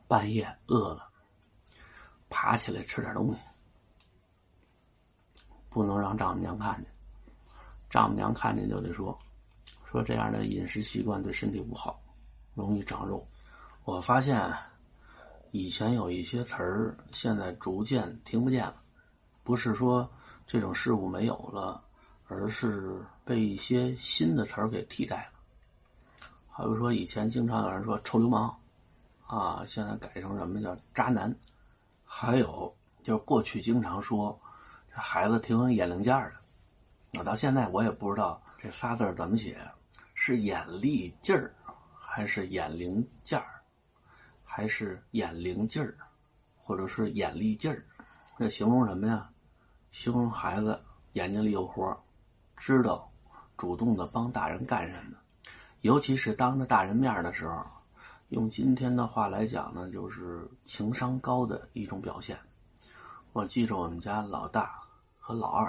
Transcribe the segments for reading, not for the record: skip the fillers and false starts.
半夜饿了，爬起来吃点东西，不能让丈母娘看见。丈母娘看见就得说这样的饮食习惯对身体不好，容易长肉。我发现以前有一些词儿现在逐渐听不见了，不是说这种事物没有了，而是被一些新的词儿给替代了。好比说以前经常有人说臭流氓啊，现在改成什么叫渣男。还有就是过去经常说这孩子挺有眼力劲儿的，我到现在我也不知道这仨字怎么写，是眼力劲儿还是眼灵劲儿还是眼灵劲儿或者是眼力劲儿。这形容什么呀？形容孩子眼睛里有活，知道主动的帮大人干什么，尤其是当着大人面的时候，用今天的话来讲呢，就是情商高的一种表现。我记着我们家老大和老二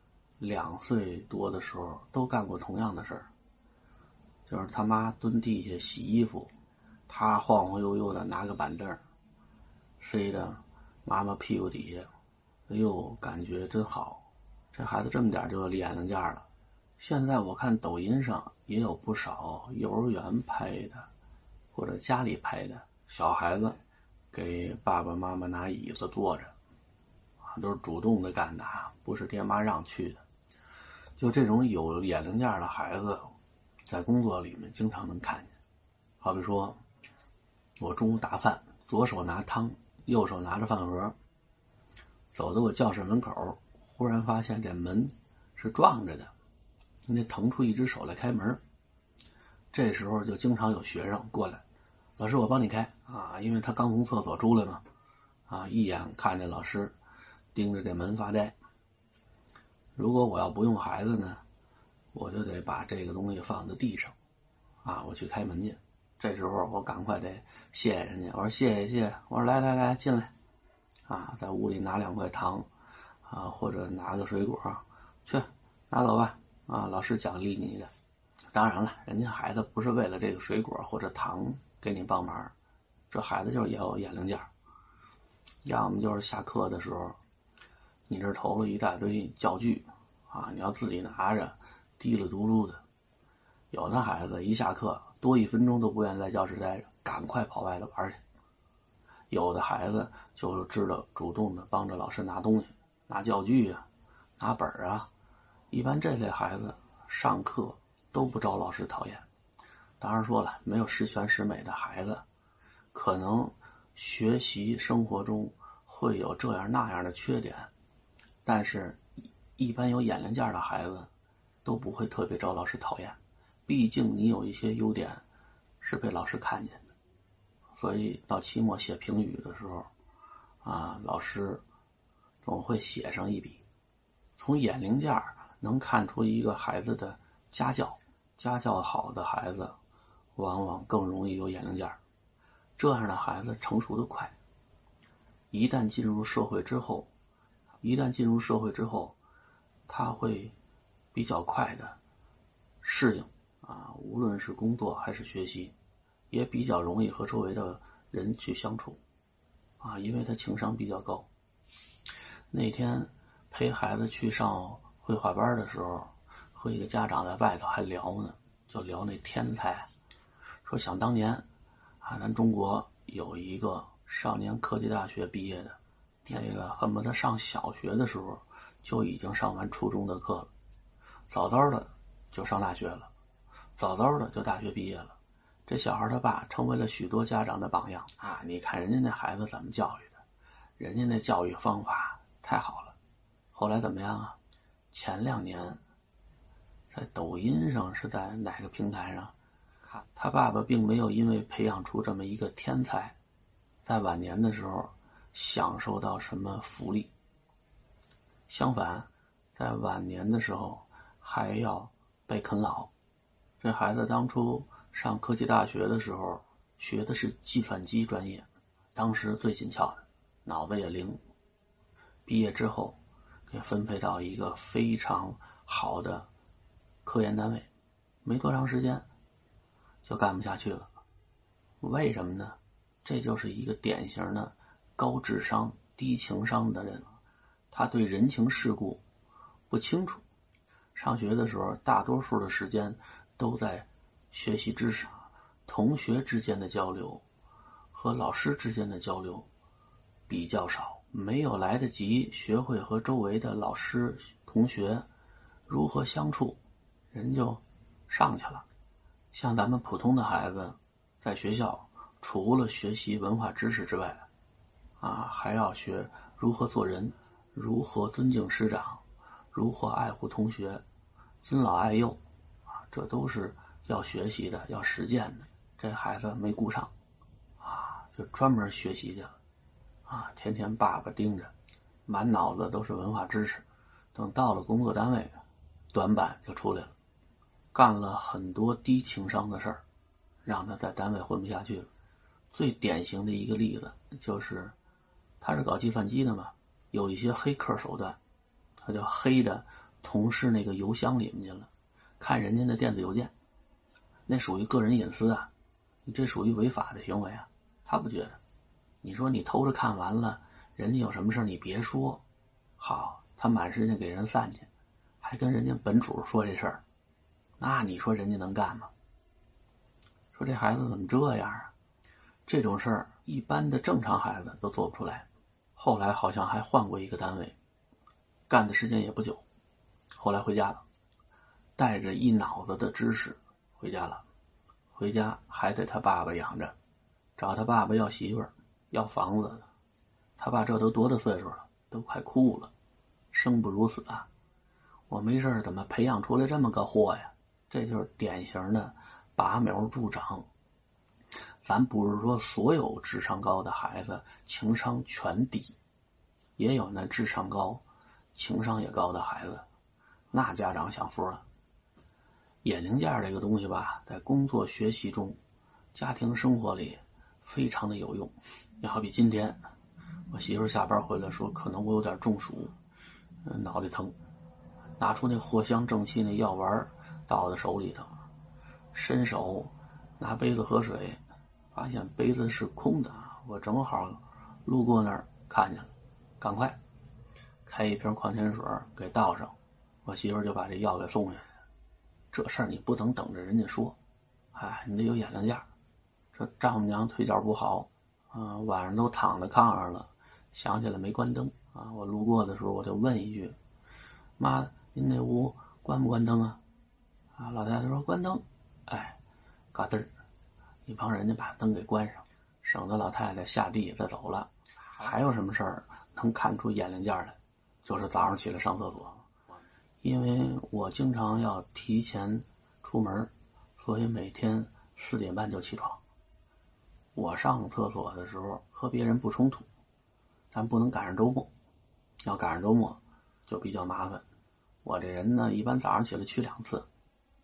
2岁多的时候都干过同样的事儿，就是他妈蹲地下洗衣服，他晃晃悠悠的拿个板凳塞的妈妈屁股底下，哎呦，感觉真好。这孩子这么点就有眼力劲儿了。现在我看抖音上也有不少幼儿园拍的或者家里拍的小孩子给爸爸妈妈拿椅子坐着，都是主动的干的，不是爹妈让去的。就这种有眼力劲儿的孩子在工作里面经常能看见。好比说我中午打饭，左手拿汤，右手拿着饭盒，走到我教室门口，忽然发现这门是撞着的，你得腾出一只手来开门。这时候就经常有学生过来，老师我帮你开啊，因为他刚从厕所出来嘛，啊，一眼看见老师盯着这门发呆。如果我要不用孩子呢，我就得把这个东西放在地上啊，我去开门去。这时候我赶快得谢谢人家，我说谢谢，我说来进来啊，在屋里拿2块糖啊，或者拿个水果去拿走吧啊，老师奖励你的。当然了，人家孩子不是为了这个水果或者糖给你帮忙，这孩子就是也有眼力劲儿。要么就是下课的时候，你这投了一大堆教具啊，你要自己拿着滴了嘟噜的。有的孩子一下课多1分钟都不愿意在教室待着，赶快跑外头玩去。有的孩子就知道主动的帮着老师拿东西，拿教具啊，拿本啊。一般这类孩子上课都不招老师讨厌。当然说了，没有十全十美的孩子，可能学习生活中会有这样那样的缺点，但是一般有眼力劲儿的孩子都不会特别招老师讨厌，毕竟你有一些优点是被老师看见的。所以到期末写评语的时候啊，老师总会写上一笔。从眼力劲儿能看出一个孩子的家教好的孩子往往更容易有眼力劲儿，这样的孩子成熟的快。一旦进入社会之后，他会比较快的适应啊，无论是工作还是学习，也比较容易和周围的人去相处啊，因为他情商比较高。那天陪孩子去上绘画班的时候，和一个家长在外头还聊呢，就聊那天才，说想当年啊，咱中国有一个少年科技大学毕业的，那个恨不得上小学的时候就已经上完初中的课了，早早的就上大学了，早早的就大学毕业了。这小孩他爸成为了许多家长的榜样啊！你看人家那孩子怎么教育的，人家那教育方法太好了。后来怎么样啊？前2年在抖音上是在哪个平台上看，他爸爸并没有因为培养出这么一个天才，在晚年的时候享受到什么福利，相反在晚年的时候还要被啃老。这孩子当初上科技大学的时候学的是计算机专业，当时最紧俏的，脑子也灵。毕业之后给分配到一个非常好的科研单位，没多长时间就干不下去了。为什么呢？ 这就是一个典型的高智商低情商的人，他对人情世故不清楚。上学的时候大多数的时间都在学习知识，同学之间的交流和老师之间的交流比较少，没有来得及学会和周围的老师同学如何相处，人就上去了。像咱们普通的孩子在学校除了学习文化知识之外还要学如何做人，如何尊敬师长，如何爱护同学，尊老爱幼这都是要学习的，要实践的。这孩子没顾上就专门学习去了天天爸爸盯着，满脑子都是文化知识。等到了工作单位，短板就出来了，干了很多低情商的事儿，让他在单位混不下去了。最典型的一个例子就是他是搞计算机的嘛，有一些黑客手段，他就黑的同事那个邮箱里面去了，看人家的电子邮件，那属于个人隐私你这属于违法的行为他不觉得。你说你偷着看完了，人家有什么事你别说，好，他满世界给人散去，还跟人家本主说这事儿，那你说人家能干吗？说这孩子怎么这样这种事儿一般的正常孩子都做不出来。后来好像还换过一个单位，干的时间也不久，后来回家了，带着一脑子的知识回家了。回家还得他爸爸养着，找他爸爸要媳妇儿要房子，他爸这都多大岁数了，都快哭了，生不如死我没事怎么培养出来这么个货呀？这就是典型的拔苗助长。咱不是说所有智商高的孩子情商全低，也有那智商高情商也高的孩子，那家长享福了。眼零件这个东西吧，在工作学习中家庭生活里非常的有用。你好比今天我媳妇下班回来说，可能我有点中暑，脑袋疼，拿出那藿香正气那药丸倒在手里头，伸手拿杯子喝水，发现杯子是空的，我正好路过那儿看见了，赶快开一瓶矿泉水给倒上，我媳妇就把这药给送下去。这事儿你不能等着人家说，你得有眼力劲儿。这丈母娘腿脚不好晚上都躺在炕上了，想起来没关灯我路过的时候我就问一句，妈，您那屋关不关灯老太太说关灯。嘎噔儿，你帮人家把灯给关上，省得老太太下地再走了。还有什么事儿能看出眼力劲儿来，就是早上起来上厕所。因为我经常要提前出门，所以每天4点半就起床。我上厕所的时候和别人不冲突，咱不能赶上周末，要赶上周末就比较麻烦。我这人呢，一般早上起来去2次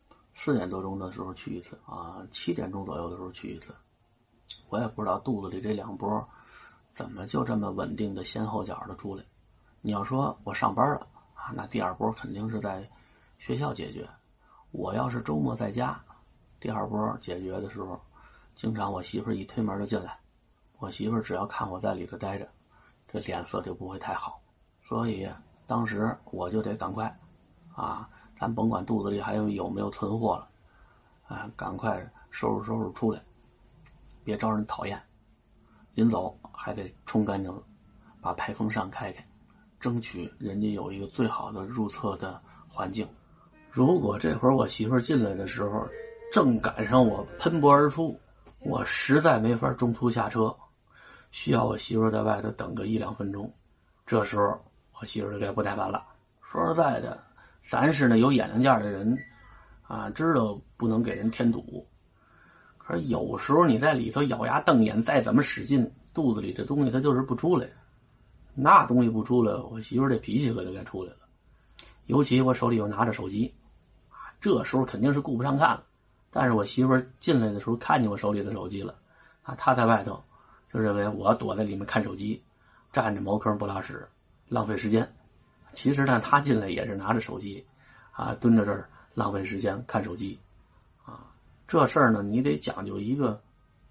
，4点多钟的时候去一次7点钟左右的时候去一次。我也不知道肚子里这2波怎么就这么稳定的先后脚的出来。你要说我上班了那第2波肯定是在学校解决。我要是周末在家，第2波解决的时候，经常我媳妇一推门就进来，我媳妇只要看我在里头待着，这脸色就不会太好。所以当时我就得赶快咱甭管肚子里还有没有存货了赶快收拾出来，别招人讨厌。临走还得冲干净了，把排风扇开开，争取人家有一个最好的入厕的环境。如果这会儿我媳妇进来的时候正赶上我喷薄而出，我实在没法中途下车，需要我媳妇在外头等个1-2分钟，这时候我媳妇就该不耐烦了。说实在的，咱是有眼力劲的人知道不能给人添堵，可是有时候你在里头咬牙瞪眼，再怎么使劲，肚子里这东西它就是不出来。那东西不出来，我媳妇这脾气可就该出来了。尤其我手里又拿着手机这时候肯定是顾不上看了。但是我媳妇进来的时候看见我手里的手机了她在外头就认为我躲在里面看手机，站着茅坑不拉屎，浪费时间。其实呢，她进来也是拿着手机蹲在这儿浪费时间看手机这事儿呢，你得讲究一个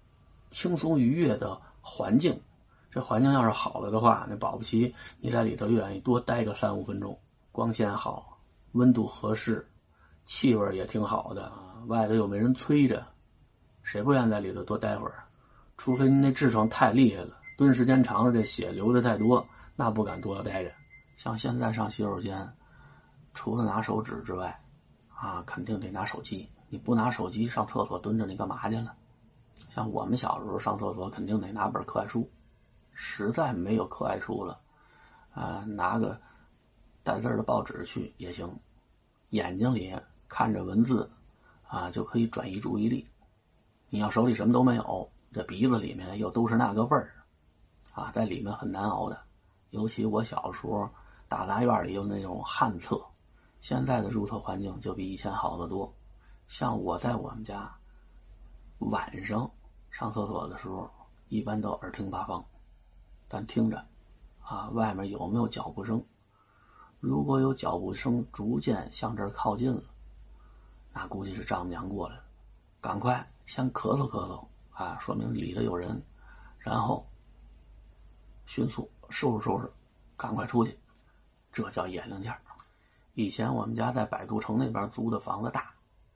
轻松愉悦的环境。这环境要是好了的话，那保不齐你在里头愿意多待个3-5分钟。光线好，温度合适，气味也挺好的，外头又没人催着，谁不愿意在里头多待会儿？除非您那痔疮太厉害了，蹲时间长了，这血流的太多，那不敢多待着。像现在上洗手间，除了拿手纸之外，肯定得拿手机。你不拿手机上厕所蹲着，你干嘛去了？像我们小时候上厕所，肯定得拿本课外书。实在没有课外书了，拿个带字的报纸去也行。眼睛里看着文字，就可以转移注意力。你要手里什么都没有，这鼻子里面又都是那个味儿，在里面很难熬的。尤其我小时候，大杂院里有那种旱厕，现在的入厕环境就比以前好得多。像我在我们家晚上上厕所的时候，一般都耳听八方，但听着外面有没有脚步声。如果有脚步声逐渐向这儿靠近了，那估计是丈母娘过来了，赶快先咳嗽咳嗽说明里头有人，然后迅速收拾收拾，赶快出去。这叫眼力劲儿。以前我们家在百度城那边租的房子大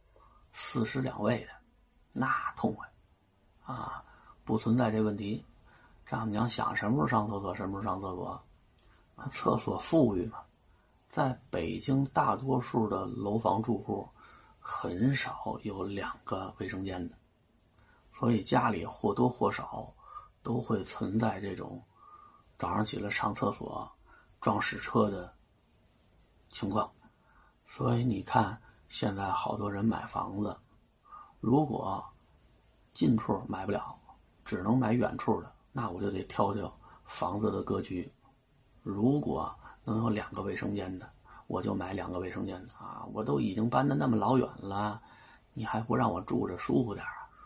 ，40两卫的，那痛快不存在这问题。丈母娘想什么时候上厕所什么时候上厕所，厕所富裕嘛。在北京大多数的楼房住户很少有2个卫生间的，所以家里或多或少都会存在这种早上起来上厕所撞屎车的情况。所以你看现在好多人买房子，如果近处买不了，只能买远处的，那我就得挑挑房子的格局。如果能有2个卫生间的，我就买2个卫生间的我都已经搬得那么老远了，你还不让我住着舒服点